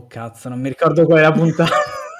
cazzo, non mi ricordo qual è la puntata.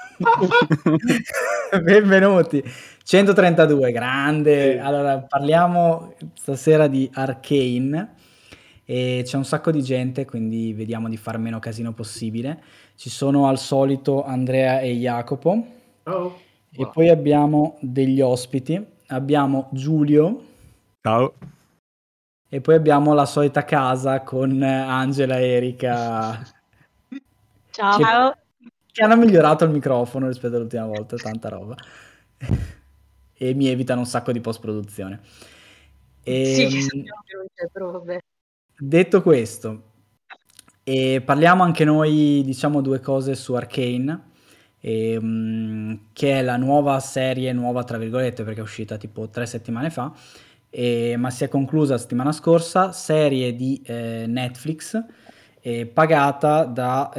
Benvenuti. 132, grande. Sì. Allora, parliamo stasera di Arcane e c'è un sacco di gente, quindi vediamo di far meno casino possibile. Ci sono al solito Andrea e Jacopo Ciao. e poi abbiamo degli ospiti. Abbiamo Giulio Ciao. e poi abbiamo la solita casa con Angela e Erika. Ciao. Che hanno migliorato il microfono rispetto all'ultima volta, tanta roba. E mi evitano un sacco di post-produzione. Sì, che sappiamo che non c'è, però vabbè. Detto questo, parliamo anche noi, diciamo, due cose su Arcane, che è la nuova serie, nuova tra virgolette, perché è uscita tipo 3 settimane fa, ma si è conclusa la settimana scorsa, serie di Netflix, pagata da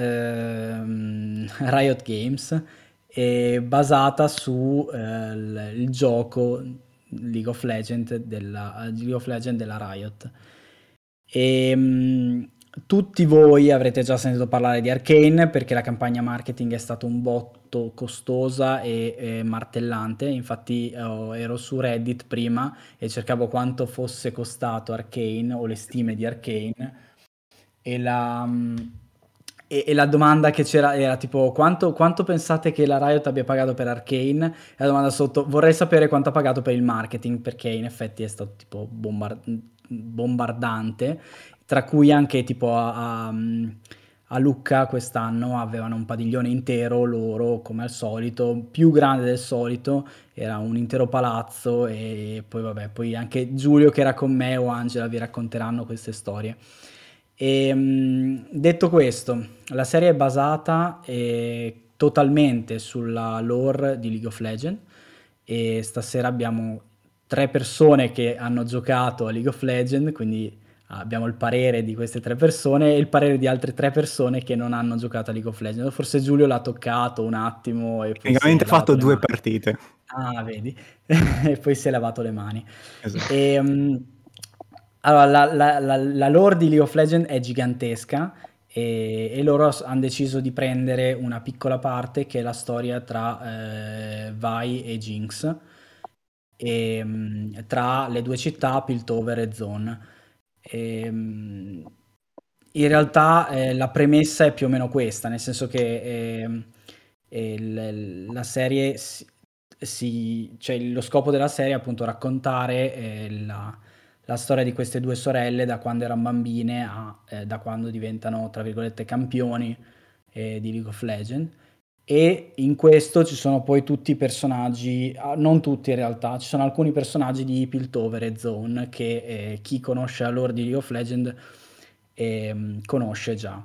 Riot Games, basata su il gioco League of Legends della Riot. Tutti voi avrete già sentito parlare di Arcane perché la campagna marketing è stata un botto costosa e martellante. Infatti ero su Reddit prima e cercavo quanto fosse costato Arcane o le stime di Arcane e la domanda che c'era era tipo quanto pensate che la Riot abbia pagato per Arcane? E la domanda sotto, vorrei sapere quanto ha pagato per il marketing, perché in effetti è stato tipo bombardante, tra cui anche tipo a Lucca quest'anno avevano un padiglione intero loro, come al solito, più grande del solito, era un intero palazzo. E poi vabbè, poi anche Giulio che era con me o Angela vi racconteranno queste storie. Detto questo, la serie è basata totalmente sulla lore di League of Legends e stasera abbiamo 3 persone che hanno giocato a League of Legends, quindi abbiamo il parere di queste 3 persone e il parere di altre 3 persone che non hanno giocato a League of Legends. Forse Giulio l'ha toccato un attimo e poi Tecnicamente ha fatto 2 partite. Ah, vedi? E poi si è lavato le mani. Esatto. Allora, la lore di League of Legends è gigantesca e loro hanno deciso di prendere una piccola parte che è la storia tra Vi e Jinx, tra le due città Piltover e Zone. In realtà la premessa è più o meno questa, nel senso che la serie cioè lo scopo della serie è appunto raccontare la storia di queste due sorelle da quando erano bambine da quando diventano, tra virgolette, campioni di League of Legends. E in questo ci sono poi tutti i personaggi, non tutti in realtà, ci sono alcuni personaggi di Piltover e Zone che chi conosce la lore di League of Legends conosce già.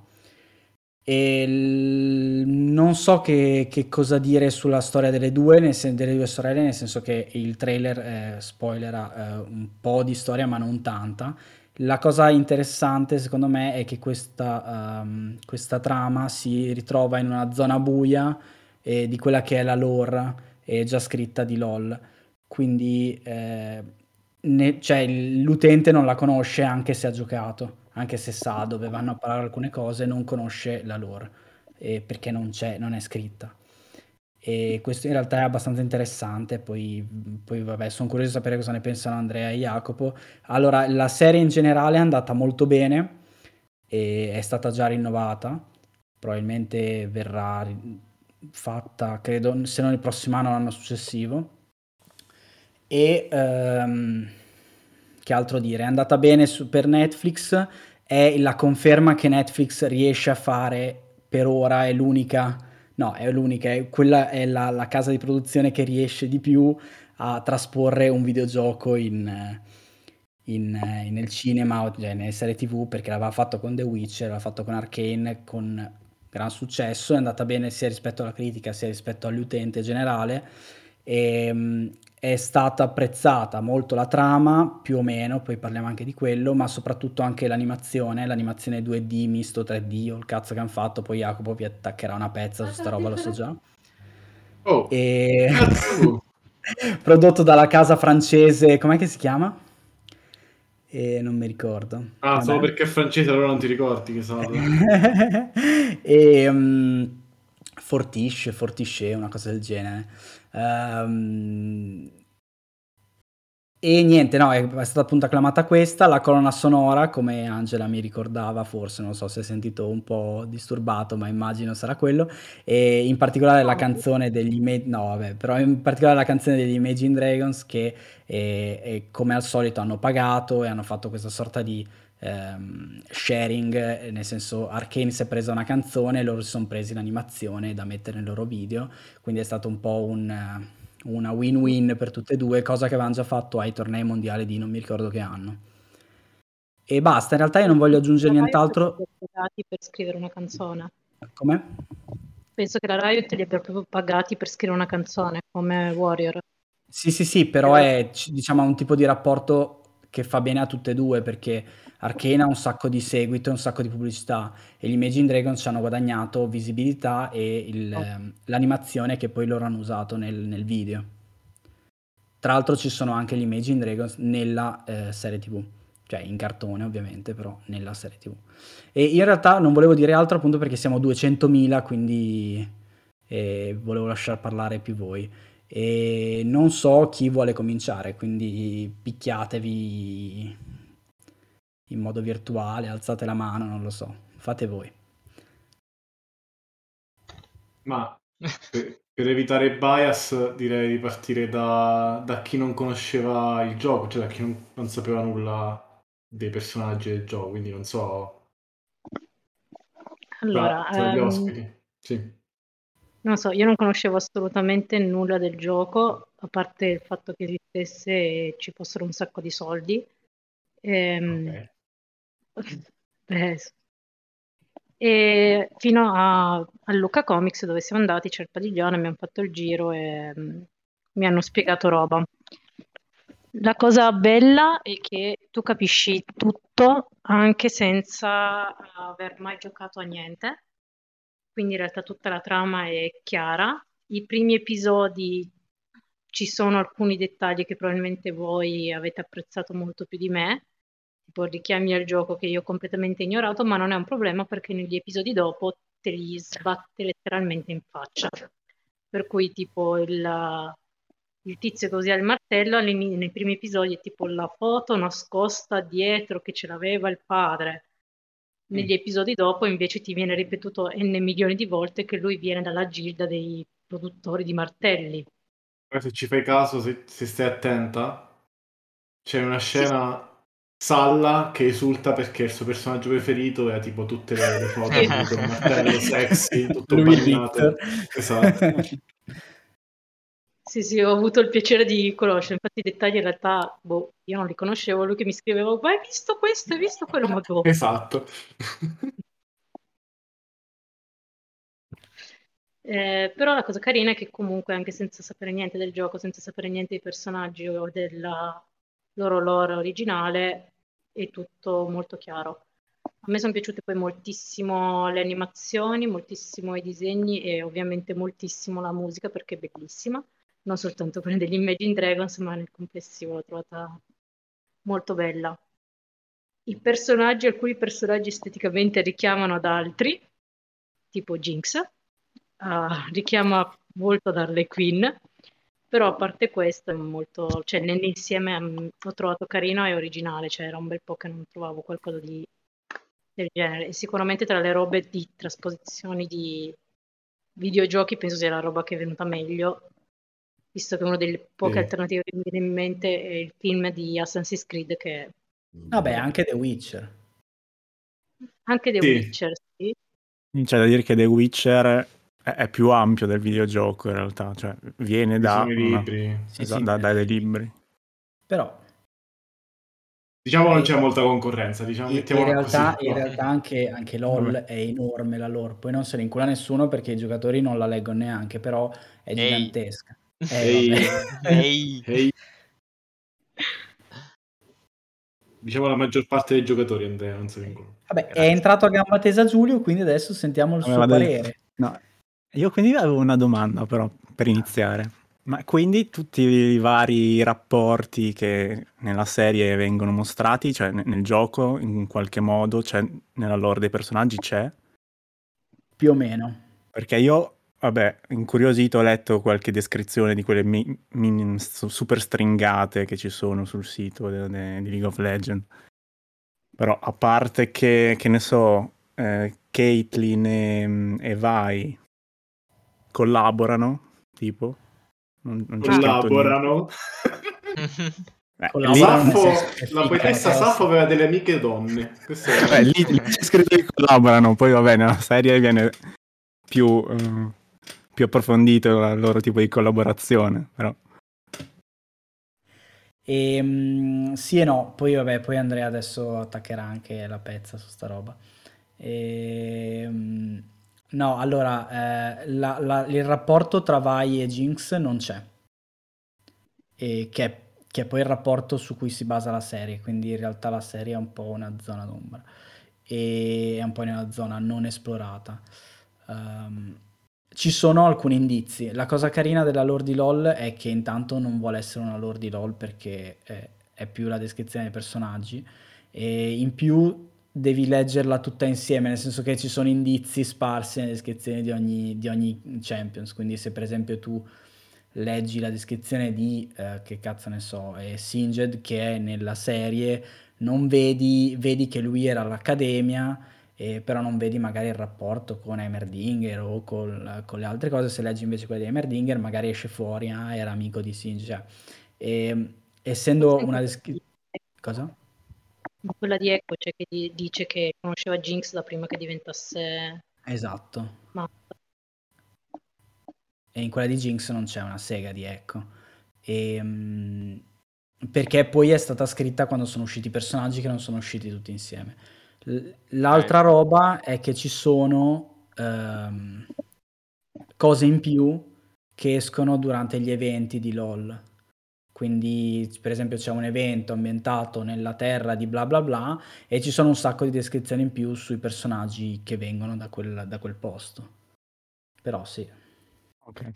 Non so che cosa dire sulla storia delle due sorelle, nel senso che il trailer spoilera un po' di storia ma non tanta. La cosa interessante secondo me è che questa trama si ritrova in una zona buia di quella che è la lore già scritta di LoL, quindi cioè, l'utente non la conosce anche se ha giocato, anche se sa dove vanno a parare alcune cose, non conosce la lore perché non è scritta. E questo in realtà è abbastanza interessante. Poi vabbè, sono curioso di sapere cosa ne pensano Andrea e Jacopo. Allora, la serie in generale è andata molto bene e è stata già rinnovata, probabilmente verrà fatta, credo, se non il prossimo anno, l'anno successivo. E che altro dire? È andata bene per Netflix, è la conferma che Netflix riesce a fare per ora, è l'unica, quella è la casa di produzione che riesce di più a trasporre un videogioco nel cinema, cioè nelle serie TV, perché l'aveva fatto con The Witcher, l'aveva fatto con Arcane, con gran successo, è andata bene sia rispetto alla critica sia rispetto all'utente generale. È stata apprezzata molto la trama, più o meno, poi parliamo anche di quello, ma soprattutto anche l'animazione 2D misto 3D o il cazzo che hanno fatto. Poi Jacopo vi attaccherà una pezza su sta roba, lo so già. Prodotto dalla casa francese, com'è che si chiama? e non mi ricordo. Ah, solo Vabbè. perché è francese allora non ti ricordi che sono... E Fortiche, una cosa del genere. E niente, no, è stata appunto acclamata questa, la colonna sonora, come Angela mi ricordava, forse, non so se hai sentito un po' disturbato, ma immagino sarà quello, e in particolare la No, canzone degli no vabbè, però in particolare la canzone degli Imagine Dragons che come al solito hanno pagato e hanno fatto questa sorta di sharing, nel senso Arcane si è presa una canzone e loro si sono presi l'animazione da mettere nel loro video, quindi è stato un po' una win-win per tutte e due, cosa che avevano già fatto ai tornei mondiali di non mi ricordo che anno. E basta, in realtà io non voglio aggiungere la Riot nient'altro. li abbia pagati per scrivere una canzone. Come? Penso che la Riot li abbia proprio pagati per scrivere una canzone, come Warrior. Sì, però è diciamo un tipo di rapporto che fa bene a tutte e due, perché Arcane ha un sacco di seguito e un sacco di pubblicità e gli Imagine Dragons ci hanno guadagnato visibilità e l'animazione che poi loro hanno usato nel video. Tra l'altro ci sono anche gli Imagine Dragons nella serie TV, cioè in cartone ovviamente, però nella serie TV. E in realtà non volevo dire altro appunto perché siamo 200.000, quindi volevo lasciar parlare più voi. E non so chi vuole cominciare, quindi picchiatevi in modo virtuale, alzate la mano, non lo so, fate voi. Ma per evitare bias direi di partire da chi non conosceva il gioco, cioè da chi non sapeva nulla dei personaggi del gioco, quindi non so, Allora, tra gli ospiti. Sì. non so, io non conoscevo assolutamente nulla del gioco, a parte il fatto che esistesse e ci fossero un sacco di soldi. Ok. Beh, e fino a Lucca Comics dove siamo andati, c'è il padiglione, abbiamo fatto il giro e mi hanno spiegato roba. La cosa bella è che tu capisci tutto anche senza aver mai giocato a niente, quindi in realtà tutta la trama è chiara. I primi episodi ci sono alcuni dettagli che probabilmente voi avete apprezzato molto più di me, tipo richiami al gioco che io ho completamente ignorato, ma non è un problema perché negli episodi dopo te li sbatte letteralmente in faccia. Per cui tipo il tizio che usa il martello nei primi episodi è tipo la foto nascosta dietro che ce l'aveva il padre. Negli episodi dopo invece ti viene ripetuto n milioni di volte che lui viene dalla gilda dei produttori di martelli. Poi se ci fai caso, se stai attenta, c'è una Sì, scena Salla che esulta perché il suo personaggio preferito è tipo tutte le foto di lui col martello sexy, tutto Lui il Victor. bagnato. Esatto. sì, ho avuto il piacere di conoscere, infatti i dettagli in realtà, boh, io non li conoscevo, lui che mi scriveva, ma hai visto questo, hai visto quello, ma dopo. Esatto. Però la cosa carina è che comunque anche senza sapere niente del gioco, senza sapere niente dei personaggi o della loro lore originale, è tutto molto chiaro. A me sono piaciute poi moltissimo le animazioni, moltissimo i disegni e ovviamente moltissimo la musica perché è bellissima, non soltanto quella degli Imagine Dragons, ma nel complessivo l'ho trovata molto bella. Alcuni personaggi esteticamente richiamano ad altri, tipo Jinx, richiama molto ad Harley Quinn, però a parte questo è molto, cioè nell'insieme ho trovato carino e originale, cioè era un bel po' che non trovavo qualcosa del genere. E sicuramente tra le robe di trasposizioni di videogiochi penso sia la roba che è venuta meglio, visto che una delle poche Sì. alternative che mi viene in mente è il film di Assassin's Creed che Vabbè, anche The Witcher. anche The Sì. Witcher, sì. C'è da dire che The Witcher è più ampio del videogioco in realtà, cioè viene Ci da, sono i libri. Sì, sì. dai libri. Però Diciamo non c'è molta concorrenza, diciamo, in mettiamola realtà, così. in realtà anche LOL Vabbè. è enorme la lore, poi non se ne incula nessuno perché i giocatori non la leggono neanche, però è Ehi. gigantesca. Ehi. Vabbè. Ehi. Ehi. Diciamo la maggior parte dei giocatori, Andrea, non se ne incula. Vabbè, è entrato a gamba tesa Giulio, quindi adesso sentiamo il suo Vado- parere. No, io quindi avevo una domanda però per iniziare. Ma quindi tutti i vari rapporti che nella serie vengono mostrati, cioè nel gioco in qualche modo, cioè nella lore dei personaggi c'è? Più o meno. Perché io, vabbè, incuriosito ho letto qualche descrizione di quelle super stringate che ci sono sul sito di League of Legends. Però a parte che ne so, Caitlyn e Vi collaborano, tipo, non c'è scritto niente. Collaborano. Lì, Collaborano nel Saffo, senso che la ficcano poetessa Saffo tosse. aveva delle amiche donne. Questo è... lì c'è scritto che collaborano, poi vabbè, nella serie viene più, più approfondito il loro tipo di collaborazione, però. Sì e no, poi vabbè, poi Andrea adesso attaccherà anche la pezza su sta roba. No, allora, il rapporto tra Vi e Jinx non c'è, che è poi il rapporto su cui si basa la serie, quindi in realtà la serie è un po' una zona d'ombra e è un po' in una zona non esplorata. Ehm, Ci sono alcuni indizi. La cosa carina della lore di LoL è che intanto non vuole essere una lore di LoL perché è più la descrizione dei personaggi e in più devi leggerla tutta insieme, nel senso che ci sono indizi sparsi nelle descrizioni di ogni Champions, quindi se per esempio tu leggi la descrizione di, che cazzo ne so, Singed che è nella serie, non vedi che lui era all'Accademia, però non vedi magari il rapporto con Heimerdinger o con le altre cose. Se leggi invece quelle di Heimerdinger magari esce fuori, era amico di Singed, cioè, essendo una descrizione... Cosa? Quella di Echo, cioè che dice che conosceva Jinx da prima che diventasse Esatto. matta. E in quella di Jinx non c'è una sega di Echo. Perché poi è stata scritta quando sono usciti i personaggi che non sono usciti tutti insieme. L'altra roba è che ci sono cose in più che escono durante gli eventi di LoL. Quindi, per esempio, c'è un evento ambientato nella terra di bla bla bla e ci sono un sacco di descrizioni in più sui personaggi che vengono da quel posto. Però sì. Ok.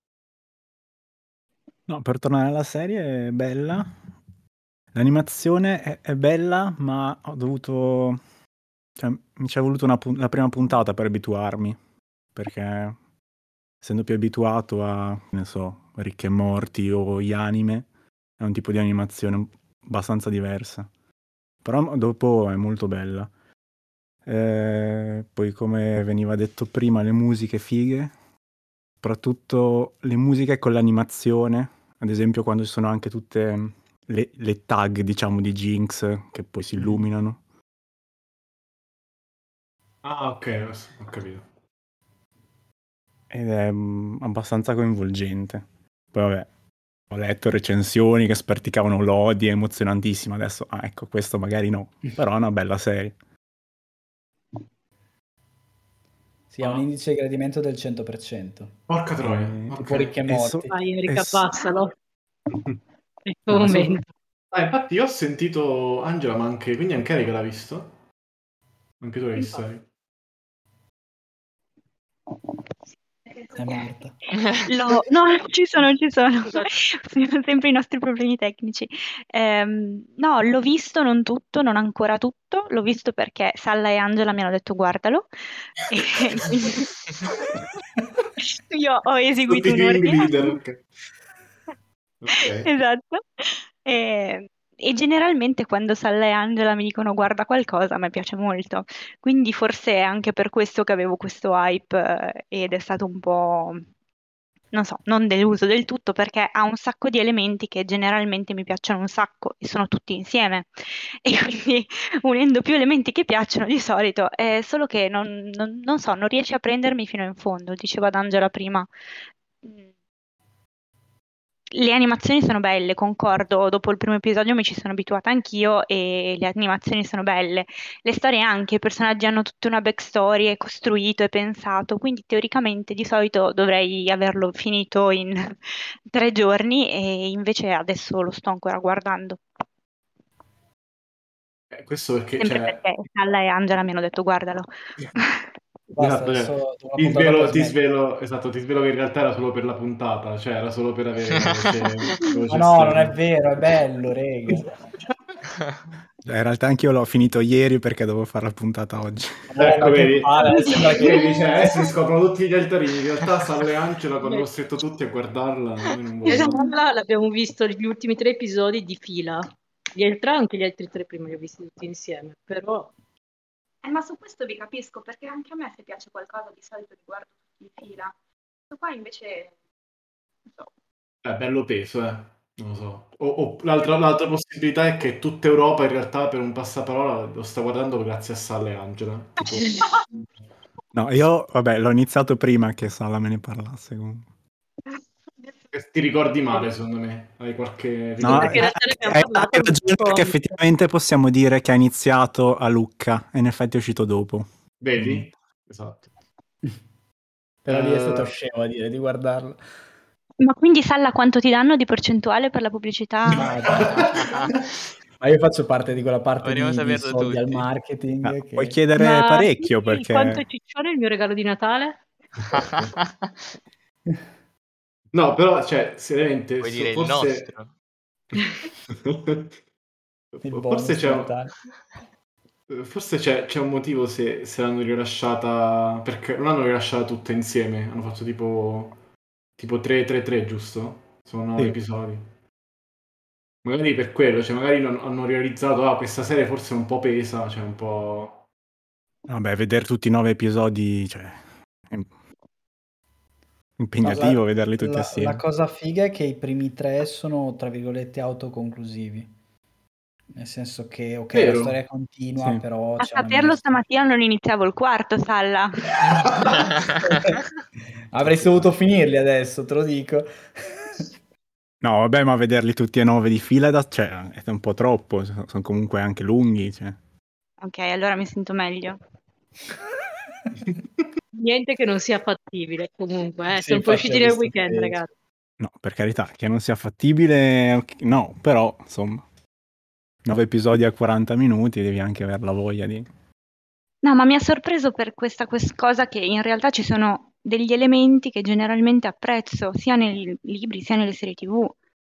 No, per tornare alla serie è bella. L'animazione è bella, ma ho dovuto... Cioè, mi ci è voluto la prima puntata per abituarmi, perché essendo più abituato a, ne so, Rick e Morty o gli anime, è un tipo di animazione abbastanza diversa. Però dopo è molto bella. Poi come veniva detto prima, le musiche fighe, soprattutto le musiche con l'animazione, ad esempio quando ci sono anche tutte le tag, diciamo, di Jinx che poi si illuminano. Ah, ok, ho capito. Ed è abbastanza coinvolgente. Poi vabbè, ho letto recensioni che sperticavano lodi, è emozionantissima. Adesso, ecco, questo magari no, però è una bella serie. Sì, ha un indice di gradimento del 100%. Porca troia, Tipo ok. Rick e Morty. Vai e Erika, so- passalo. È il tuo no, momento. Infatti io ho sentito Angela, ma anche... Quindi anche Erika l'ha visto? Anche tu l'hai visto, Erika? È morta. No, ci sono. Sono sempre i nostri problemi tecnici. No, l'ho visto, non tutto, non ancora tutto. L'ho visto perché Salla e Angela mi hanno detto guardalo. E quindi io ho eseguito un Tutti i ordine. leader, ok. Ok. Esatto. E generalmente quando Salla e Angela mi dicono guarda qualcosa, a me piace molto. Quindi forse è anche per questo che avevo questo hype ed è stato un po', non so, non deluso del tutto perché ha un sacco di elementi che generalmente mi piacciono un sacco e sono tutti insieme. E quindi unendo più elementi che piacciono di solito, è solo che non so, non riesce a prendermi fino in fondo, diceva ad Angela prima. Mm, Le animazioni sono belle, concordo, dopo il primo episodio mi ci sono abituata anch'io e le animazioni sono belle. Le storie anche, i personaggi hanno tutta una backstory, è costruito, è pensato, quindi teoricamente di solito dovrei averlo finito in 3 giorni e invece adesso lo sto ancora guardando. Questo perché, Sempre cioè... perché Salla e Angela mi hanno detto guardalo. Basta, Esatto, adesso cioè, dopo la puntata puoi smettere. esatto, ti svelo che in realtà era solo per la puntata, cioè era solo per avere Ma voce no, non è esterna. vero, è bello, rega. In realtà anch'io l'ho finito ieri perché dovevo fare la puntata oggi. Vabbè, Ecco, ma che vedi, palle, sembra che... vedi, cioè, adesso si scoprono tutti gli altarini, in realtà Salla e Angela hanno costretto tutti a guardarla, noi non Io e volevamo. Salla l'abbiamo visto gli ultimi 3 episodi di fila. Gli altri, anche gli altri 3 prima li ho visti tutti insieme, però Ma su questo vi capisco, perché anche a me se piace qualcosa di solito li guardo tutti in fila. Questo qua invece, non so. È bello peso, non lo so. O l'altra possibilità è che tutta Europa in realtà per un passaparola lo sta guardando grazie a Salla e Angela. Tipo, No, io, vabbè, l'ho iniziato prima che Sala me ne parlasse comunque. ti ricordi male, secondo me. Hai qualche No, perché in ricordo. realtà ne abbiamo hai parlato ragione perché effettivamente possiamo dire che ha iniziato a Lucca e in effetti è uscito dopo. Vedi? Esatto. Però lì è stato scemo a dire di guardarlo. Ma quindi Salla quanto ti danno di percentuale per la pubblicità? Ma io faccio parte di quella parte Vorremmo di saperlo soldi al tutti. marketing che... Puoi chiedere Ma parecchio sì, quanto è perché... ciccione il mio regalo di Natale? No, però, cioè, seriamente, Puoi dire il forse... nostro. Il forse bonus c'è di un... Natale. Forse c'è un motivo se l'hanno rilasciata, perché non l'hanno rilasciata tutta insieme, hanno fatto tipo 3-3-3, giusto? Sono 9 Sì. episodi. Magari per quello, cioè magari hanno realizzato, questa serie forse è un po' pesa, cioè un po'... Vabbè, vedere tutti i 9 episodi, cioè... È impegnativo vederli tutti La assieme. cosa figa è che i primi 3 sono, tra virgolette, autoconclusivi. Nel senso che, ok, la Vero? storia continua, Sì. però A c'è una saperlo mini storia. stamattina non iniziavo il quarto, Salla. Avresti dovuto finirli adesso, te lo dico. No, vabbè, ma vederli tutti e 9 di fila cioè, è un po' troppo, sono comunque anche lunghi, cioè. Ok, allora mi sento meglio. Niente che non sia fattibile comunque, Sì, sono poi infatti usciti ho nel visto weekend, che... ragazzi. No, per carità, che non sia fattibile, no, però, insomma, 9 episodi a 40 minuti, devi anche avere la voglia di... No, ma mi ha sorpreso per questa cosa che in realtà ci sono degli elementi che generalmente apprezzo sia nei libri sia nelle serie TV.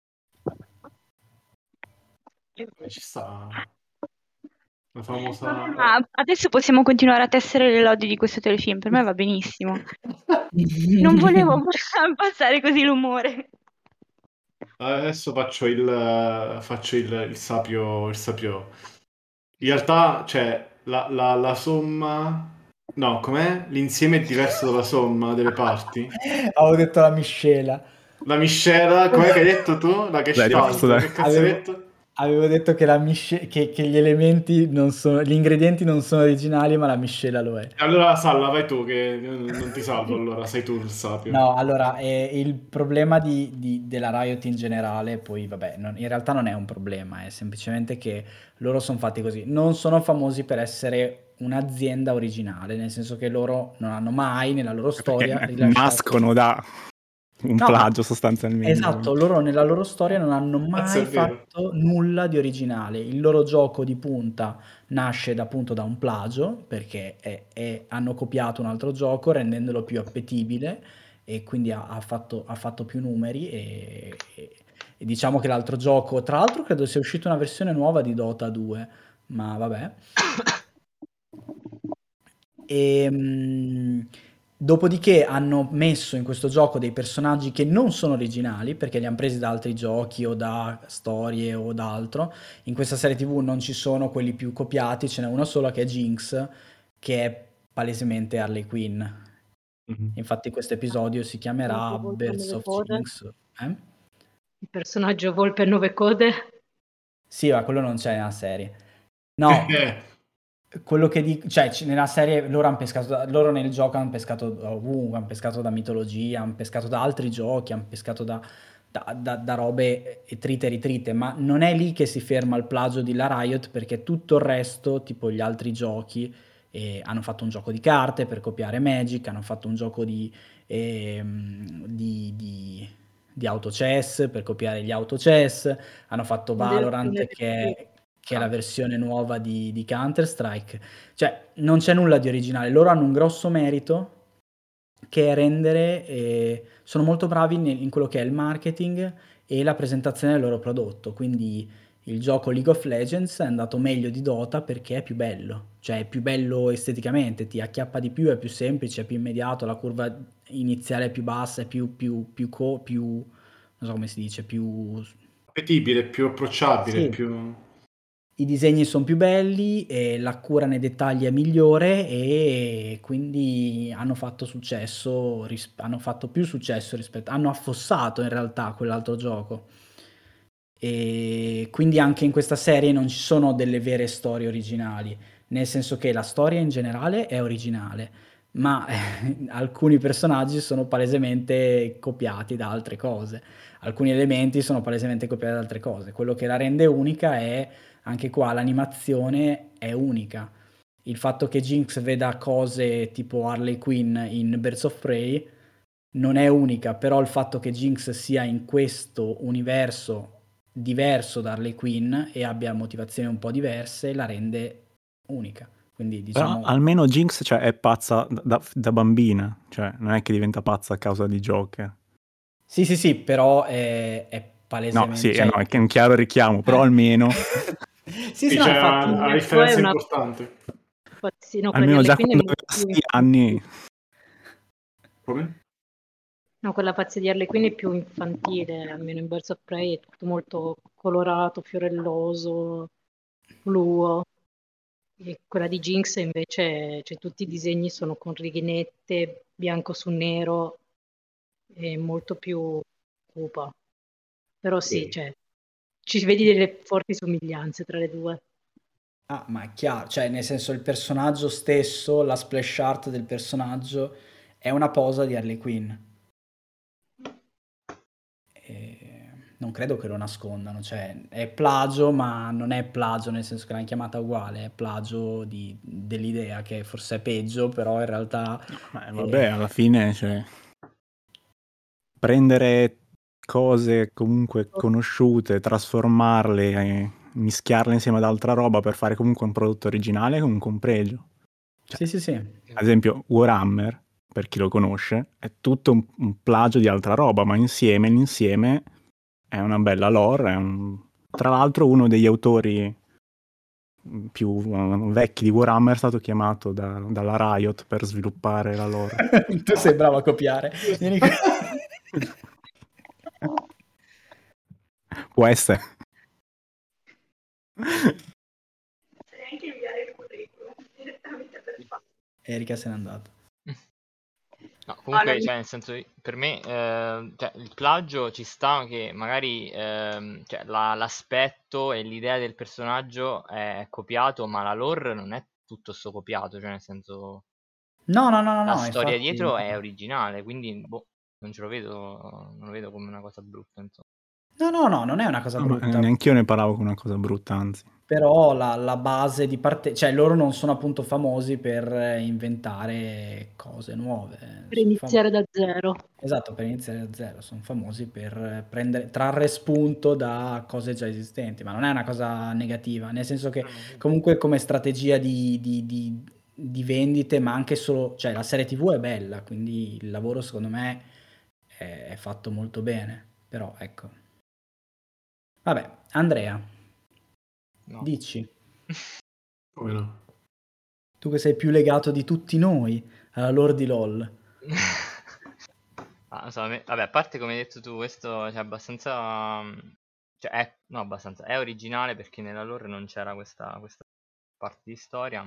Ci sta la famosa... Ma adesso possiamo continuare a tessere le lodi di questo telefilm, per me va benissimo. Non volevo abbassare così l'umore. Adesso faccio il sapio, In realtà, cioè, la somma... No, com'è? L'insieme è diverso dalla somma delle parti. Avevo detto la miscela. La miscela, com'è che hai detto tu? La Dai, diverso Gestalt, che cazzo hai detto? Avevo detto che, che gli elementi non sono... Gli ingredienti non sono originali, ma la miscela lo è. Allora, Salla, vai tu, che non ti salvo, allora, sei tu il sapio. No, allora, il problema della Riot in generale, poi vabbè, in realtà non è un problema, è semplicemente che loro sono fatti così. Non sono famosi per essere un'azienda originale, nel senso che loro non hanno mai nella loro storia Perché rilasciato... nascono da un No, plagio sostanzialmente. esatto, loro nella loro storia non hanno Cazzo, mai è vero. fatto nulla di originale. Il loro gioco di punta nasce appunto da un plagio, perché hanno copiato un altro gioco rendendolo più appetibile e quindi ha fatto più numeri e diciamo che l'altro gioco, tra l'altro credo sia uscita una versione nuova di Dota 2, ma vabbè. Dopodiché hanno messo in questo gioco dei personaggi che non sono originali perché li hanno presi da altri giochi o da storie o da altro. In questa serie TV non ci sono quelli più copiati, ce n'è una sola che è Jinx, che è palesemente Harley Quinn. Infatti questo episodio si chiamerà Birds of Jinx. Il personaggio Volpe a 9 code? Sì, ma quello non c'è nella serie. No, quello che dico, cioè nella serie loro hanno pescato, loro nel gioco hanno pescato ovunque, hanno pescato da mitologia, hanno pescato da altri giochi, hanno pescato da robe trite e ritrite, ma non è lì che si ferma il plagio di la Riot perché tutto il resto, tipo gli altri giochi, hanno fatto un gioco di carte per copiare Magic, hanno fatto un gioco di auto chess per copiare gli auto chess, hanno fatto Valorant che è che è la versione nuova di Counter-Strike. Cioè, non c'è nulla di originale. Loro hanno un grosso merito che è rendere, sono molto bravi in quello che è il marketing e la presentazione del loro prodotto. Quindi il gioco League of Legends è andato meglio di Dota perché è più bello, cioè è più bello esteticamente, ti acchiappa di più, è più semplice, è più immediato, la curva iniziale è più bassa, è più non so come si dice, più... Appetibile, più approcciabile, Sì, più... i disegni sono più belli e la cura nei dettagli è migliore e quindi hanno fatto successo, hanno fatto più successo rispetto, hanno affossato in realtà quell'altro gioco. E quindi anche in questa serie non ci sono delle vere storie originali, nel senso che la storia in generale è originale, ma alcuni personaggi sono palesemente copiati da altre cose, alcuni elementi sono palesemente copiati da altre cose. Quello che la rende unica è, anche qua, l'animazione è unica. Il fatto che Jinx veda cose tipo Harley Quinn in Birds of Prey non è unica, però il fatto che Jinx sia in questo universo diverso da Harley Quinn e abbia motivazioni un po' diverse la rende unica. Quindi Però diciamo almeno Jinx, cioè, è pazza da bambina, cioè non è che diventa pazza a causa di Joker. sì, però è No, palesemente, sì, cioè... no, è che è un chiaro richiamo, però almeno, sì, no, c'è infatti una Poi differenza una... importante. Sì, no, quella di almeno Harley già Quinn è quando molto aveva più 6 anni, Come? No, quella pazzia di Harley Quinn è più infantile, almeno in Birds of Prey è tutto molto colorato, fiorelloso, fluo. E quella di Jinx invece, cioè, tutti i disegni sono con righe nette, bianco su nero, e molto più cupa. Però sì, Sì. cioè, ci vedi delle forti somiglianze tra le due. ah, ma è chiaro, cioè nel senso il personaggio stesso, la splash art del personaggio è una posa di Harley Quinn. E non credo che lo nascondano, cioè è plagio, ma non è plagio nel senso che l'hanno chiamata uguale, è plagio dell'idea che forse è peggio, però in realtà vabbè, alla fine, cioè, prendere cose comunque conosciute, trasformarle e mischiarle insieme ad altra roba per fare comunque un prodotto originale è comunque un pregio. Cioè, sì. ad esempio, Warhammer, per chi lo conosce, è tutto un plagio di altra roba, ma l'insieme è una bella lore. Tra l'altro, uno degli autori più vecchi di Warhammer è stato chiamato dalla Riot per sviluppare la lore. Tu sei bravo a copiare. Vieni qua. Può essere. Potrei anche inviare il curriculum direttamente per fare. Erika se n'è andata. No, comunque, non- cioè, nel senso, per me, cioè, il plagio ci sta che magari cioè, l'aspetto e l'idea del personaggio è copiato, ma la lore non è tutto sto copiato, cioè, nel senso, la No, storia infatti dietro è originale, quindi, boh, non ce lo vedo, non lo vedo come una cosa brutta, insomma. no, non è una cosa brutta, Neanch'io ne parlavo come una cosa brutta, anzi. però la base di parte, cioè loro non sono appunto famosi per inventare cose nuove, Per sono iniziare da zero. esatto, per iniziare da zero, sono famosi per trarre spunto da cose già esistenti, ma non è una cosa negativa, nel senso che comunque come strategia di vendite, ma anche solo, cioè la serie TV è bella, quindi il lavoro secondo me è fatto molto bene, però ecco. Vabbè, Andrea, No. dici, Come no? tu che sei più legato di tutti noi alla lore di LOL. Non so, vabbè, a parte come hai detto tu, questo cioè, abbastanza. Cioè, no, abbastanza. È originale perché nella lore non c'era questa parte di storia.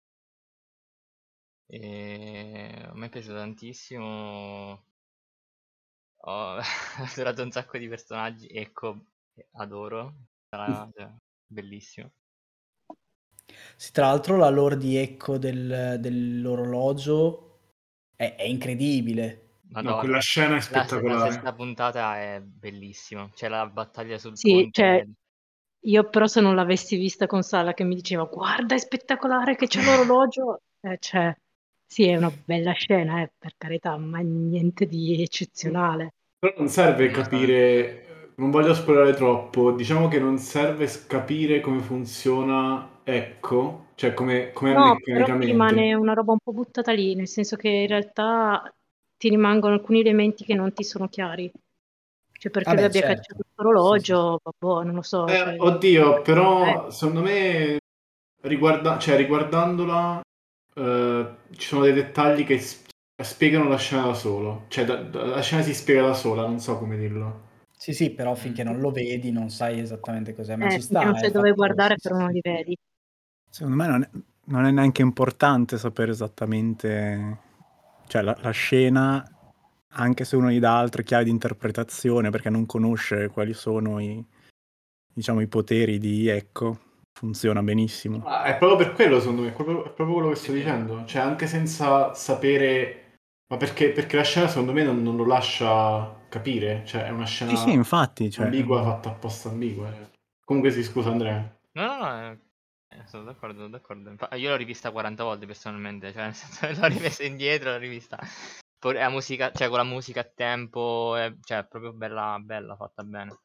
E a me è piaciuto tantissimo. Ho adorato un sacco di personaggi. Ecco, adoro. Cioè, bellissimo. Sì, tra l'altro la lore di Echo dell'orologio è incredibile. No, Madonna. quella scena è La spettacolare. sesta puntata è bellissima. C'è la battaglia sul Sì, cioè, ponte. io però se non l'avessi vista con Sala che mi diceva guarda è spettacolare che c'è l'orologio, cioè, sì è una bella scena, per carità, ma niente di eccezionale. Però non serve No, capire non voglio spoilerare troppo, diciamo che non serve capire come funziona Echo, cioè come è No, però ti meccanicamente. rimane una roba un po' buttata lì, nel senso che in realtà ti rimangono alcuni elementi che non ti sono chiari. Cioè perché lui Vabbè, abbia certo. cacciato questo Sì, sì, sì. orologio, vabbè, non lo so. Cioè, Oddio, però secondo me riguardandola ci sono dei dettagli che spiegano la scena da solo, cioè la scena si spiega da sola, non so come dirlo. Sì, sì, però finché non lo vedi non sai esattamente cos'è, ma ci finché non sta, è sai dove fatto... guardare, Sì, sì, però non sì. li vedi. Secondo me non è neanche importante sapere esattamente, cioè la scena, anche se uno gli dà altre chiavi di interpretazione perché non conosce quali sono diciamo, i poteri di Echo, funziona benissimo. È proprio per quello, secondo me, è proprio quello che sto Sì. dicendo, cioè anche senza sapere, ma perché la scena secondo me non lo lascia capire, cioè è una Sì, scena infatti, cioè, ambigua fatta apposta ambigua. Comunque sì, scusa Andrea. No, sono d'accordo, d'accordo. Io l'ho rivista 40 volte personalmente, cioè nel senso l'ho rimessa indietro, l'ho rivista. Poi la musica, cioè con la musica a tempo, cioè è proprio bella, bella, fatta bene.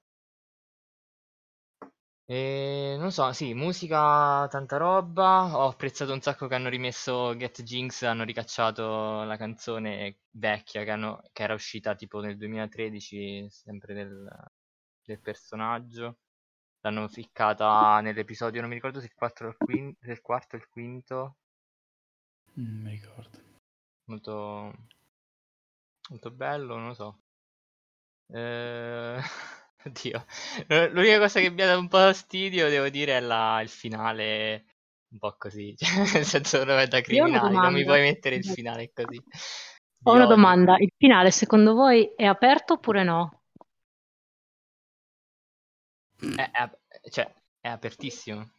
E non so, sì, musica, tanta roba. Ho apprezzato un sacco che hanno rimesso Get Jinx, hanno ricacciato la canzone vecchia che era uscita tipo nel 2013, sempre del personaggio. L'hanno ficcata nell'episodio, non mi ricordo se il 4 o il quarto o il quinto. Non mi ricordo. Molto, molto bello, non lo so. Oddio. L'unica cosa che mi ha dato un po' fastidio, devo dire, è il finale un po' così. Cioè, nel senso, non è da Io ho una criminali, non mi domanda. puoi mettere il finale così. Ho Di una odio. domanda. Il finale, secondo voi, è aperto oppure no? Cioè, è apertissimo.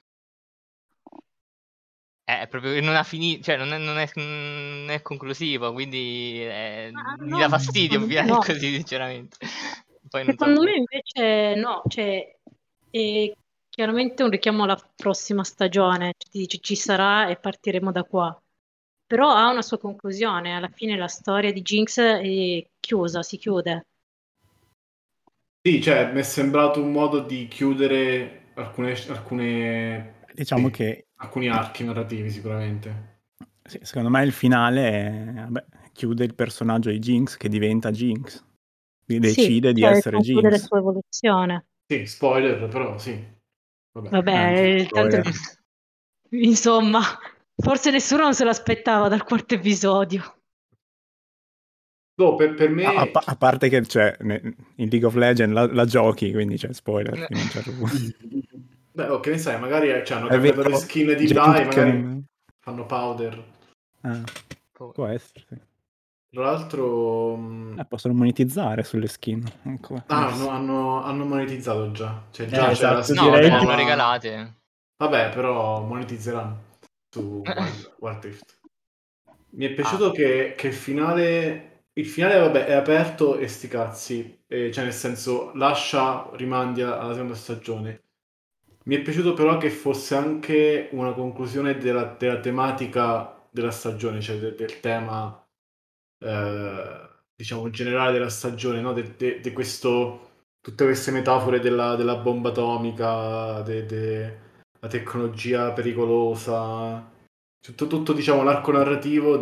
È proprio che non ha finito, cioè non è conclusivo, quindi Ah, mi dà no, fastidio un secondo me finale no. così, sinceramente. Poi non so Secondo me voi. invece no, cioè è chiaramente un richiamo alla prossima stagione, ti dice ci sarà e partiremo da qua. Però ha una sua conclusione, alla fine la storia di Jinx è chiusa, si chiude. Sì, cioè mi è sembrato un modo di chiudere diciamo che alcuni archi narrativi sicuramente. sì, secondo me il finale vabbè, chiude il personaggio di Jinx che diventa Jinx, Sì, decide di cioè essere conclude la Jinx. sua evoluzione. Sì, spoiler, però sì. Vabbè. Vabbè, tanto Spoiler. insomma, forse nessuno non se l'aspettava dal quarto episodio. No, per me... A parte che in League of Legends la giochi, quindi c'è spoiler fino a un certo punto. Beh, che ne sai, magari hanno È cambiato le vero, skin di gente Vi, che magari non... fanno powder. può essere, sì. Tra l'altro... Possono monetizzare sulle skin. Ecco, hanno monetizzato già. Cioè già c'è la Esatto, No, skin vabbè, direi le che... hanno nuova. regalate. Vabbè, però monetizzeranno su Wild Rift. Mi è Ah, piaciuto che il finale... Il finale, vabbè, è aperto e sti cazzi. Cioè, nel senso, lascia rimandi alla seconda stagione. Mi è piaciuto però che fosse anche una conclusione della tematica della stagione, cioè del tema, diciamo, generale della stagione, no? Di questo, tutte queste metafore della bomba atomica, la tecnologia pericolosa, tutto diciamo, l'arco narrativo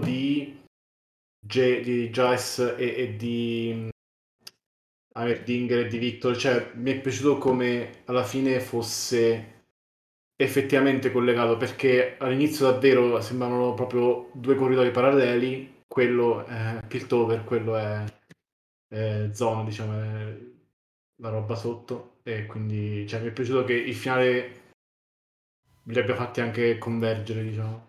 di Jace e di Heimerdinger e di Victor, cioè mi è piaciuto come alla fine fosse effettivamente collegato, perché all'inizio davvero sembravano proprio due corridoi paralleli, quello è Piltover, quello è Zona, diciamo, è la roba sotto, e quindi cioè, mi è piaciuto che il finale li abbia fatti anche convergere, diciamo.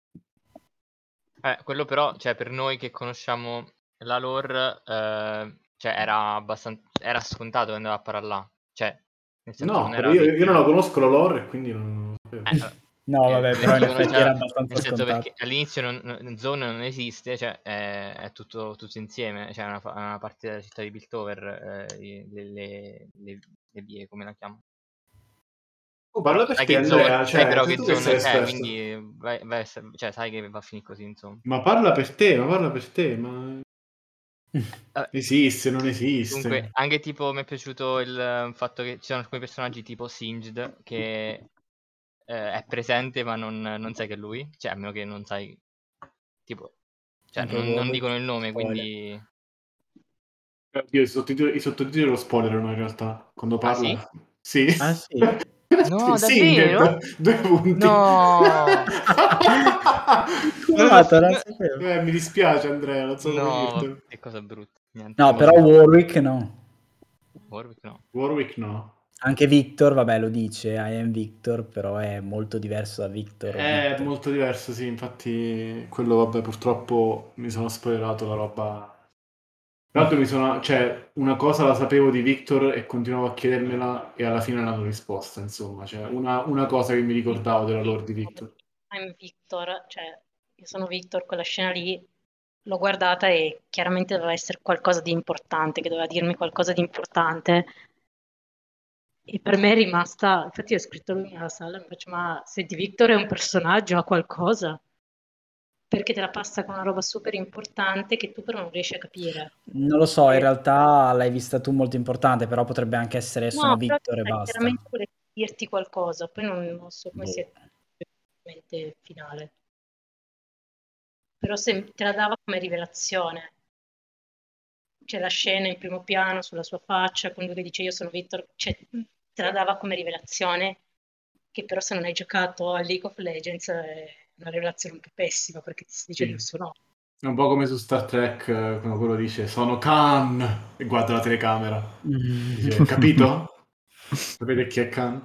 quello però, cioè, per noi che conosciamo la lore, cioè, era scontato che andava a parare là. Cioè, nel senso, No, non però era io non la obiettivo. conosco la lore e quindi non sapevo. No, vabbè, Per però in chi effetti era conosceva, abbastanza nel senso scontato. perché all'inizio Zone non esiste, cioè è tutto insieme, cioè è una parte della città di Piltover, le vie, come la chiamo? Però Parla per sai te che Zone, Andrea, sai cioè però sei che tu che sei Zone c'è, esperto. quindi cioè, sai che va a finire così, insomma. Ma parla per te, ma... Vabbè, Esiste, non esiste. comunque, anche tipo mi è piaciuto il fatto che ci sono alcuni personaggi tipo Singed che è presente ma non sai che è lui, cioè a meno che non sai, tipo, cioè Anche non Warwick, dicono il nome, spoiler. quindi... Oddio, i sottotitoli lo spoilerano in realtà, quando Ah sì? parla. Sì. Ah sì? No, Singed, davvero? 2 punti. No! Fortunato, non sapevo. Mi dispiace Andrea, non so come No, dirtelo. che cosa brutta. Niente, No, non però sapevo. Warwick no. Warwick no. Warwick no. Anche Victor, vabbè, lo dice, I am Victor, però è molto diverso da Victor o È Victor. molto diverso, sì, infatti quello, vabbè, purtroppo mi sono spoilerato la roba. Tra l'altro cioè, una cosa la sapevo di Victor e continuavo a chiedermela e alla fine non hanno risposta, insomma, cioè una cosa che mi ricordavo della lore di Victor. I'm Victor, cioè io sono Victor, quella scena lì l'ho guardata e chiaramente doveva essere qualcosa di importante, che doveva dirmi qualcosa di importante. E per me è rimasta, infatti ho scritto lui nella sala, mi faccio, ma senti, Victor è un personaggio, ha qualcosa? Perché te la passa con una roba super importante che tu però non riesci a capire. Non lo so, in E- realtà l'hai vista tu molto importante, però potrebbe anche essere sono no, però Victor e basta. chiaramente vuole dirti qualcosa, poi non so come Boh. sia effettivamente finale. Però se te la dava come rivelazione. C'è la scena in primo piano sulla sua faccia, quando lui dice io sono Victor, cioè, te la dava come rivelazione, che però se non hai giocato a League of Legends è una rivelazione un po' pessima perché ti sta dicendo il Sì. suo nome. È un po' come su Star Trek, quando quello dice sono Khan e guarda la telecamera. Dice, capito? Sapete chi è Khan?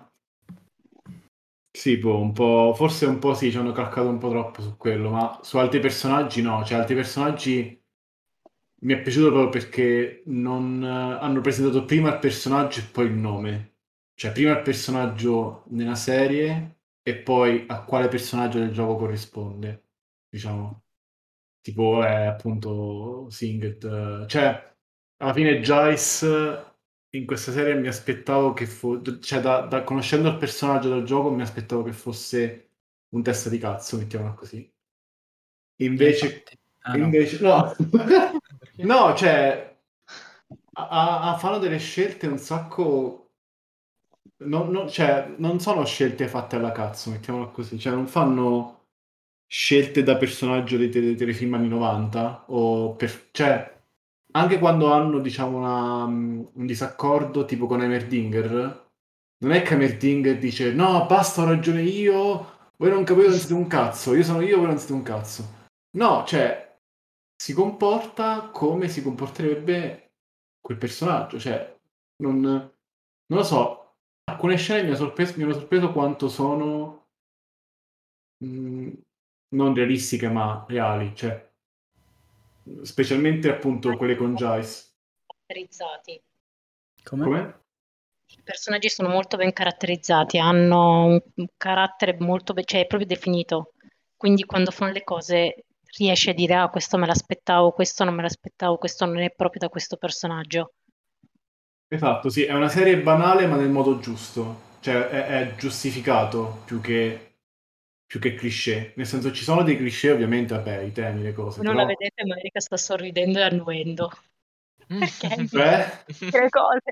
Sì, boh, un po', forse un po' sì, ci hanno calcato un po' troppo su quello, ma su altri personaggi no, cioè altri personaggi mi è piaciuto proprio perché non hanno presentato prima il personaggio e poi il nome. Cioè prima il personaggio nella serie e poi a quale personaggio del gioco corrisponde, diciamo. Tipo è appunto Singed. Cioè, alla fine Joyce in questa serie mi aspettavo che fosse... Cioè, conoscendo il personaggio del gioco mi aspettavo che fosse un testa di cazzo, mettiamola così. Invece... Infatti. Ah, no. Invece... No! Perché? No, cioè... fanno delle scelte un sacco... cioè, non sono scelte fatte alla cazzo, mettiamola così. Cioè, non fanno scelte da personaggio dei telefilm anni 90 cioè anche quando hanno diciamo un disaccordo tipo con Heimerdinger, non è che Heimerdinger dice no basta ho ragione io, voi non capite non siete un cazzo, io sono io, voi non siete un cazzo, no, cioè si comporta come si comporterebbe quel personaggio, cioè non lo so, alcune scene mi hanno sorpreso quanto sono non realistiche ma reali, cioè specialmente appunto quelle con Joyce. Caratterizzati. Come? Come? I personaggi sono molto ben caratterizzati, hanno un carattere molto, cioè è proprio definito. Quindi quando fanno le cose riesci a dire ah, questo me l'aspettavo, questo non me l'aspettavo, questo non è proprio da questo personaggio. Esatto, sì, è una serie banale ma nel modo giusto, cioè è giustificato più che cliché, nel senso ci sono dei cliché ovviamente, vabbè, i temi, le cose, Voi non la però... vedete, ma Erika sta sorridendo e annuendo. Perché hai visto Cioè? le cose.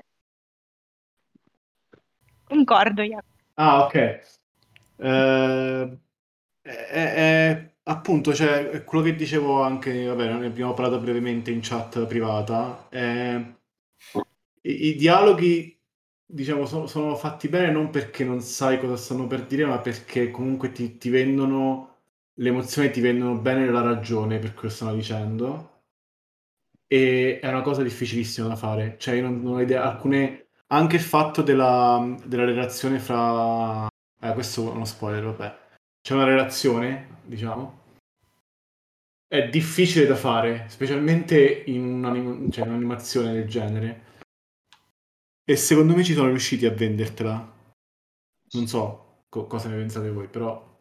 Concordo, Jacopo. Ah, ok. Appunto, cioè, è quello che dicevo anche, vabbè, ne abbiamo parlato brevemente in chat privata. I dialoghi, diciamo, sono fatti bene non perché non sai cosa stanno per dire, ma perché comunque ti vendono le emozioni, ti vendono bene la ragione per quello che stanno dicendo. E è una cosa difficilissima da fare. Cioè, io non ho idea. Anche il fatto della relazione fra... questo è uno spoiler, vabbè. C'è una relazione, diciamo. È difficile da fare, specialmente cioè, in un'animazione del genere. E secondo me ci sono riusciti a vendertela. Non so cosa ne pensate voi, però...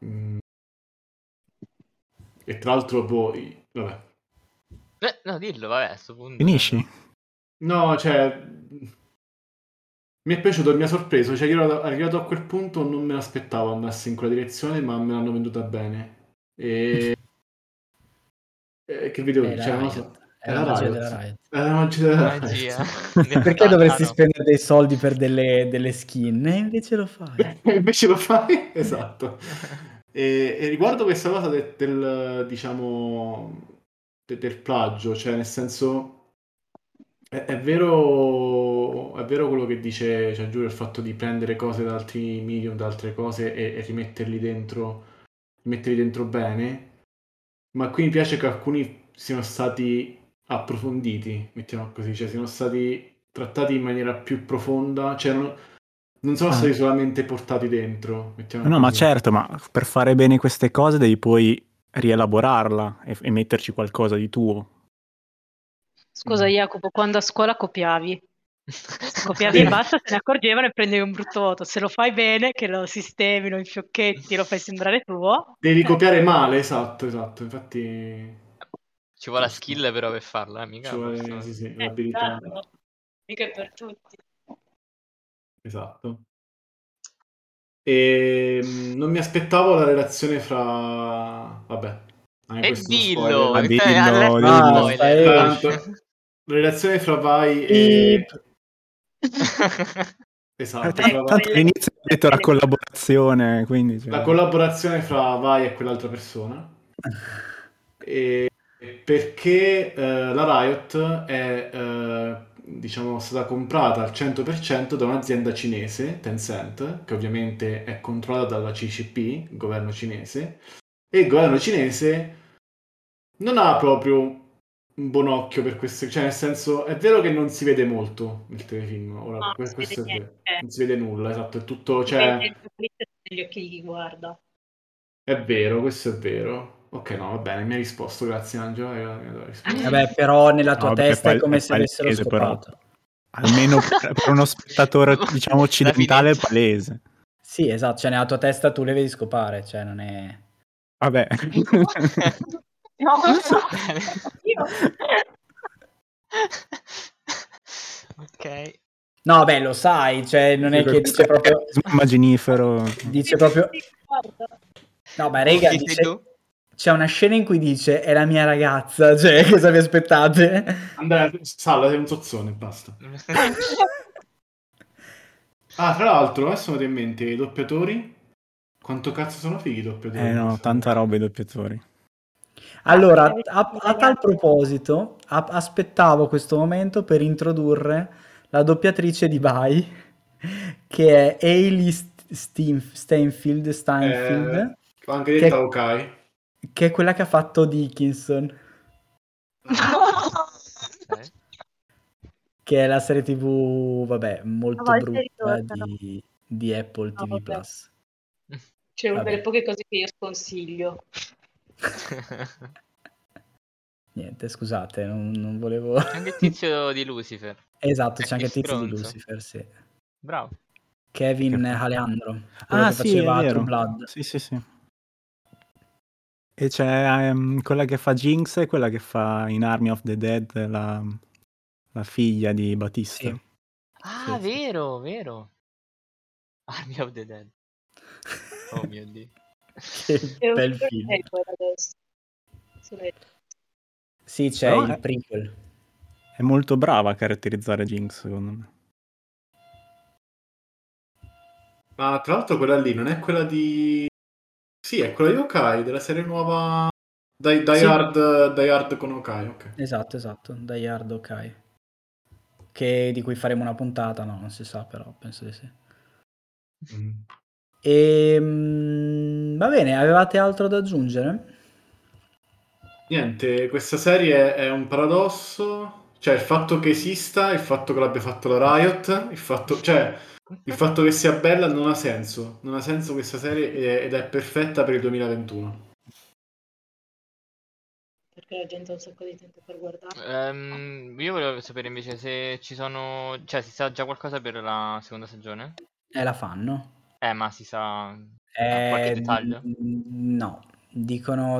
E tra l'altro poi... Vabbè. No, dillo, vabbè, a sto punto. Finisci? No, cioè... Mi è piaciuto e mi ha sorpreso. Cioè, io arrivato a quel punto non me l'aspettavo andasse in quella direzione, ma me l'hanno venduta bene. E... che video... È Cioè, non lo Riot. so. È la magia della Riot. È la magia della Riot. Magia. Perché dovresti Dettagliano. spendere dei soldi per delle skin? E invece lo fai. Invece lo fai? Esatto. E riguardo questa cosa diciamo, del plagio, cioè nel senso, è vero quello che dice, cioè, Giulio, il fatto di prendere cose da altri medium, da altre cose e rimetterli dentro bene, ma qui mi piace che alcuni siano stati approfonditi, mettiamo così, cioè siano stati trattati in maniera più profonda, cioè non sono stati solamente portati dentro, mettiamo No, ma così. certo, ma per fare bene queste cose devi poi rielaborarla e metterci qualcosa di tuo. Scusa Jacopo, quando a scuola copiavi Sì. e basta, se ne accorgevano e prendevi un brutto voto. Se lo fai bene, che lo sistemi, lo infiocchetti, lo fai sembrare tuo. Devi copiare male, esatto, infatti Ci vuole la giusto. skill però per farla, mica Ci vuole, posso- sì, l'abilità. Esatto. Mica è per tutti. Esatto. E non mi aspettavo la relazione fra... Vabbè, anche E questo è uno dillo, spoiler. te ha letto dillo. lo Basta, spoiler. Tanto, la relazione fra Vai e... Esatto, fra Vai- Tanto all'inizio ho detto la collaborazione, quindi... la collaborazione fra Vai e quell'altra persona. E perché la Riot è diciamo stata comprata al 100% da un'azienda cinese, Tencent, che ovviamente è controllata dalla CCP, il governo cinese, e il governo cinese non ha proprio un buon occhio per queste, cioè nel senso è vero che non si vede molto il telefilm, ora No, non si questo è vede vero, niente. non si vede nulla, esatto, è tutto, Si vede cioè il glitter negli occhi di chi guarda. è vero, questo è vero. Ok, no, va bene, mi hai risposto, grazie Angelo. mi hai risposto. Vabbè, però nella tua No, testa è come è se avessero palese, però. scopato. Almeno per uno spettatore, diciamo, La occidentale è finestra. palese. Sì, esatto, cioè nella tua testa tu le vedi scopare, cioè non è... Vabbè. No, Ok. No, beh, lo sai, cioè non è che Questo dice proprio... immaginifero. Dice proprio... guarda. No, ma rega, Chi sei dice... tu? C'è una scena in cui dice è la mia ragazza, cioè cosa vi aspettate? Andrea, Salla, sei un zozzone, basta. Ah, tra l'altro, adesso mi viene in mente i doppiatori. Quanto cazzo sono fighi i doppiatori? No, tanta roba i doppiatori. Allora, a tal proposito, aspettavo questo momento per introdurre la doppiatrice di Bai, che è Hailey Steinfeld, Anche che, detta ok. che è quella che ha fatto Dickinson, Ok. che è la serie TV, vabbè, molto A volte brutta ritornano. di Apple No, TV vabbè. Plus. C'è una Vabbè. delle poche cose che io sconsiglio. Niente, scusate, non volevo... C'è anche il tizio di Lucifer. Esatto, c'è anche Il il tizio di stronzo. Lucifer, sì. Bravo. Kevin Che fa? Alejandro, quello Ah, che sì, è faceva vero. True Blood. Sì, sì, sì. E c'è quella che fa Jinx e quella che fa in Army of the Dead la figlia di Batista. Sì. Ah, Sì, sì. vero, vero. Army of the Dead. Oh mio Dio. Che È bel uscito il film. sequel adesso. Sì, c'è Però il prequel. è molto brava a caratterizzare Jinx, secondo me. Ma tra l'altro quella lì non è quella di... Sì, è quella di Okai, della serie nuova Die Sì. Hard con Okai, ok. Esatto, Die Hard ok. Di cui faremo una puntata, no, non si sa, però penso di sì. Va bene, avevate altro da aggiungere? Niente, questa serie è un paradosso, cioè il fatto che esista, il fatto che l'abbia fatto la Riot, il fatto che sia bella non ha senso questa serie ed è perfetta per il 2021. Perché la gente ha un sacco di tempo per guardare. Io volevo sapere invece se ci sono... Cioè, si sa già qualcosa per la seconda stagione? La fanno. Ma si sa... qualche dettaglio? No, dicono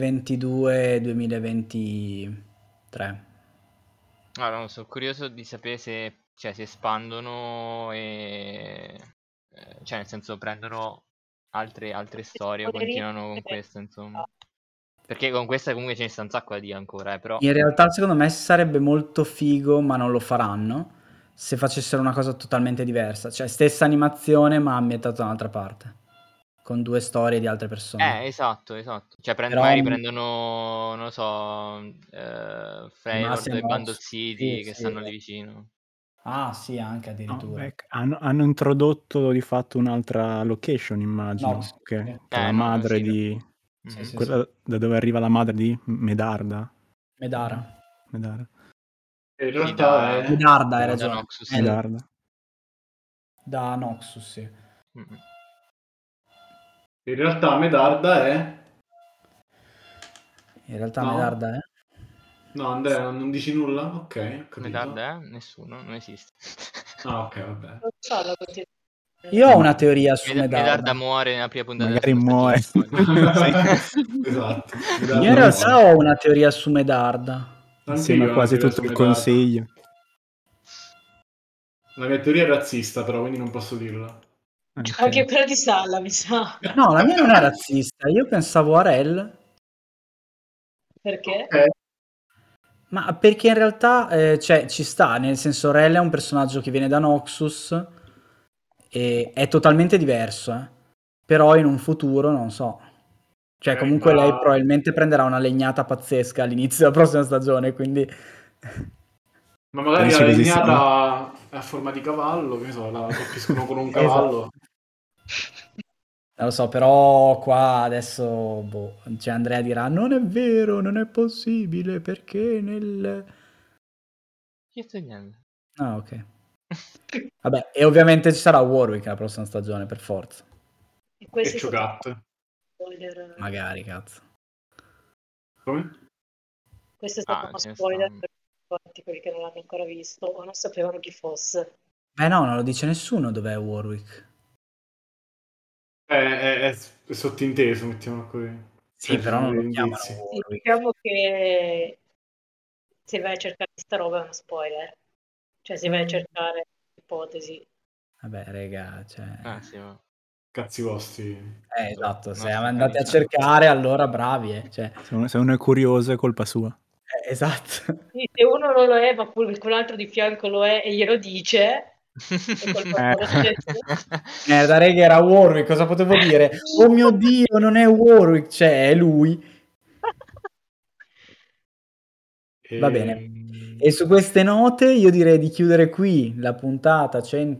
2022-2023. Allora, non sono curioso di sapere se cioè, si espandono e... cioè, nel senso, prendono altre storie o continuano con questa, insomma. Perché con questa comunque ce ne sta un sacco da dire ancora, però... In realtà secondo me sarebbe molto figo, ma non lo faranno, se facessero una cosa totalmente diversa. Cioè stessa animazione ma ambientata da un'altra parte, con 2 storie di altre persone. Esatto. Cioè Però magari prendono, non lo so, Freljord massimo e Bundle Nox, City sì, che sì. stanno lì vicino. Ah sì, anche No, addirittura. beh, hanno introdotto di fatto un'altra location, immagino, Nox, che sì. è la No, madre sì. di... Sì, sì, quella da dove arriva la madre di Medarda. Medara. Medarda. In Sì, realtà è... Medarda, hai da ragione. Noxus. Medarda. Da Noxus, sì. Mm. In realtà Medarda è... In realtà No? Medarda è... No, Andrea, non dici nulla? Ok, ho capito. Medarda è? Nessuno, non esiste. Ah, ok, vabbè. Non so la continuità. Io ho una teoria su Medarda Medarda. muore nella prima puntata Magari della muore. stagione. Esatto. Io Medarda in muore. realtà ho una teoria su Medarda. Anche Insieme io a ho una quasi teoria tutto su il Medarda. consiglio. La mia teoria è razzista, però, quindi non posso dirla. Ok. Anche quella di Salla, mi sa. No, la mia non è razzista. Io pensavo a Rel, Perché? Ok. ma perché in realtà cioè, ci sta, nel senso Rel è un personaggio che viene da Noxus e è totalmente diverso, però in un futuro non so. Cioè comunque lei Ma probabilmente prenderà una legnata pazzesca all'inizio della prossima stagione, quindi... magari Pensi la così sia? legnata è a forma di cavallo, che ne so, la colpiscono con un Esatto. cavallo. Non lo so, però qua adesso cioè Andrea dirà non è vero, non è possibile, perché nel... Che sto dicendo? Ah, ok. Vabbè, e ovviamente ci sarà Warwick la prossima stagione, per forza. E E questo è stato Cho'Gath. un spoiler. Magari, cazzo. Come? Questo è stato uno ce ne spoiler stanno. per tutti quelli che non l'hanno ancora visto o non sapevano chi fosse. No, non lo dice nessuno dov'è Warwick. È sottinteso, mettiamola così. Sì, Cioè, ci però sono non degli lo chiamano indizi. Sì, Warwick. diciamo che se vai a cercare sta roba è uno spoiler. Cioè se vai a cercare ipotesi. Vabbè, raga, cioè... Sì, ma... Cazzi vostri. esatto, se nostri andate a cani, cercare allora bravi, cioè... Se uno è curioso è colpa sua. esatto. Sì, se uno non lo è, ma pure quell'altro di fianco lo è e glielo dice, è colpa sua lo stesso. Da rega era Warwick, cosa potevo dire? Oh mio Dio, non è Warwick, cioè è lui. Va bene. E su queste note io direi di chiudere qui la puntata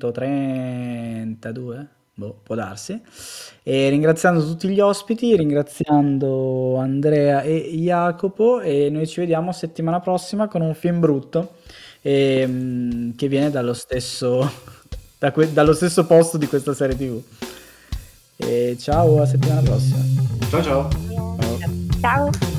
132, può darsi, e ringraziando tutti gli ospiti, ringraziando Andrea e Jacopo, e noi ci vediamo settimana prossima con un film brutto che viene dallo stesso, dallo stesso posto di questa serie TV. E ciao, a settimana prossima. Ciao ciao. Ciao. Ciao.